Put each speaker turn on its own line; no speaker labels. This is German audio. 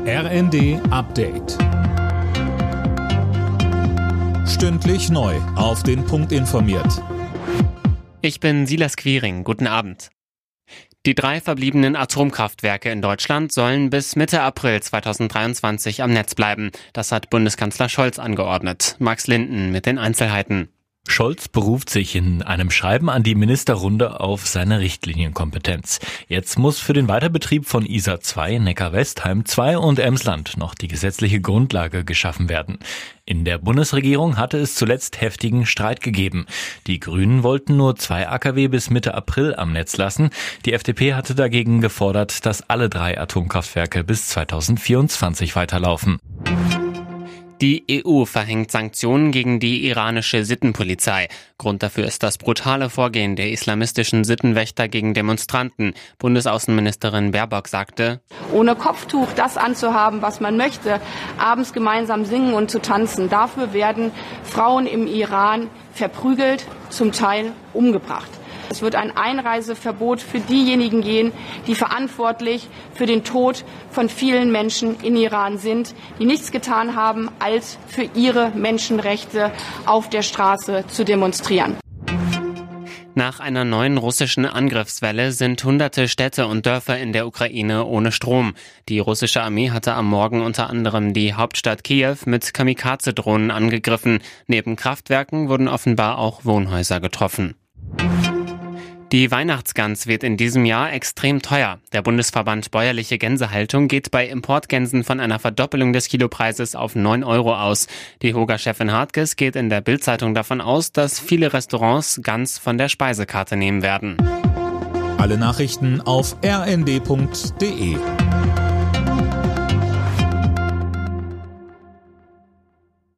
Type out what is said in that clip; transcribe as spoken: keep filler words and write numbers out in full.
R N D Update. Stündlich neu auf den Punkt informiert.
Ich bin Silas Quiring. Guten Abend. Die drei verbliebenen Atomkraftwerke in Deutschland sollen bis Mitte April zweitausenddreiundzwanzig am Netz bleiben. Das hat Bundeskanzler Scholz angeordnet. Max Linden mit den Einzelheiten.
Scholz beruft sich in einem Schreiben an die Ministerrunde auf seine Richtlinienkompetenz. Jetzt muss für den Weiterbetrieb von Isar zwei, Neckar-Westheim zwei und Emsland noch die gesetzliche Grundlage geschaffen werden. In der Bundesregierung hatte es zuletzt heftigen Streit gegeben. Die Grünen wollten nur zwei A K W bis Mitte April am Netz lassen. Die F D P hatte dagegen gefordert, dass alle drei Atomkraftwerke bis zweitausendvierundzwanzig weiterlaufen.
Die E U verhängt Sanktionen gegen die iranische Sittenpolizei. Grund dafür ist das brutale Vorgehen der islamistischen Sittenwächter gegen Demonstranten. Bundesaußenministerin Baerbock sagte:
Ohne Kopftuch das anzuhaben, was man möchte, abends gemeinsam singen und zu tanzen. Dafür werden Frauen im Iran verprügelt, zum Teil umgebracht. Es wird ein Einreiseverbot für diejenigen gehen, die verantwortlich für den Tod von vielen Menschen in Iran sind, die nichts getan haben, als für ihre Menschenrechte auf der Straße zu demonstrieren.
Nach einer neuen russischen Angriffswelle sind hunderte Städte und Dörfer in der Ukraine ohne Strom. Die russische Armee hatte am Morgen unter anderem die Hauptstadt Kiew mit Kamikaze-Drohnen angegriffen. Neben Kraftwerken wurden offenbar auch Wohnhäuser getroffen. Die Weihnachtsgans wird in diesem Jahr extrem teuer. Der Bundesverband Bäuerliche Gänsehaltung geht bei Importgänsen von einer Verdoppelung des Kilopreises auf neun Euro aus. Die Hoga-Chefin Hartges geht in der Bild-Zeitung davon aus, dass viele Restaurants Gans von der Speisekarte nehmen werden.
Alle Nachrichten auf r n d punkt d e.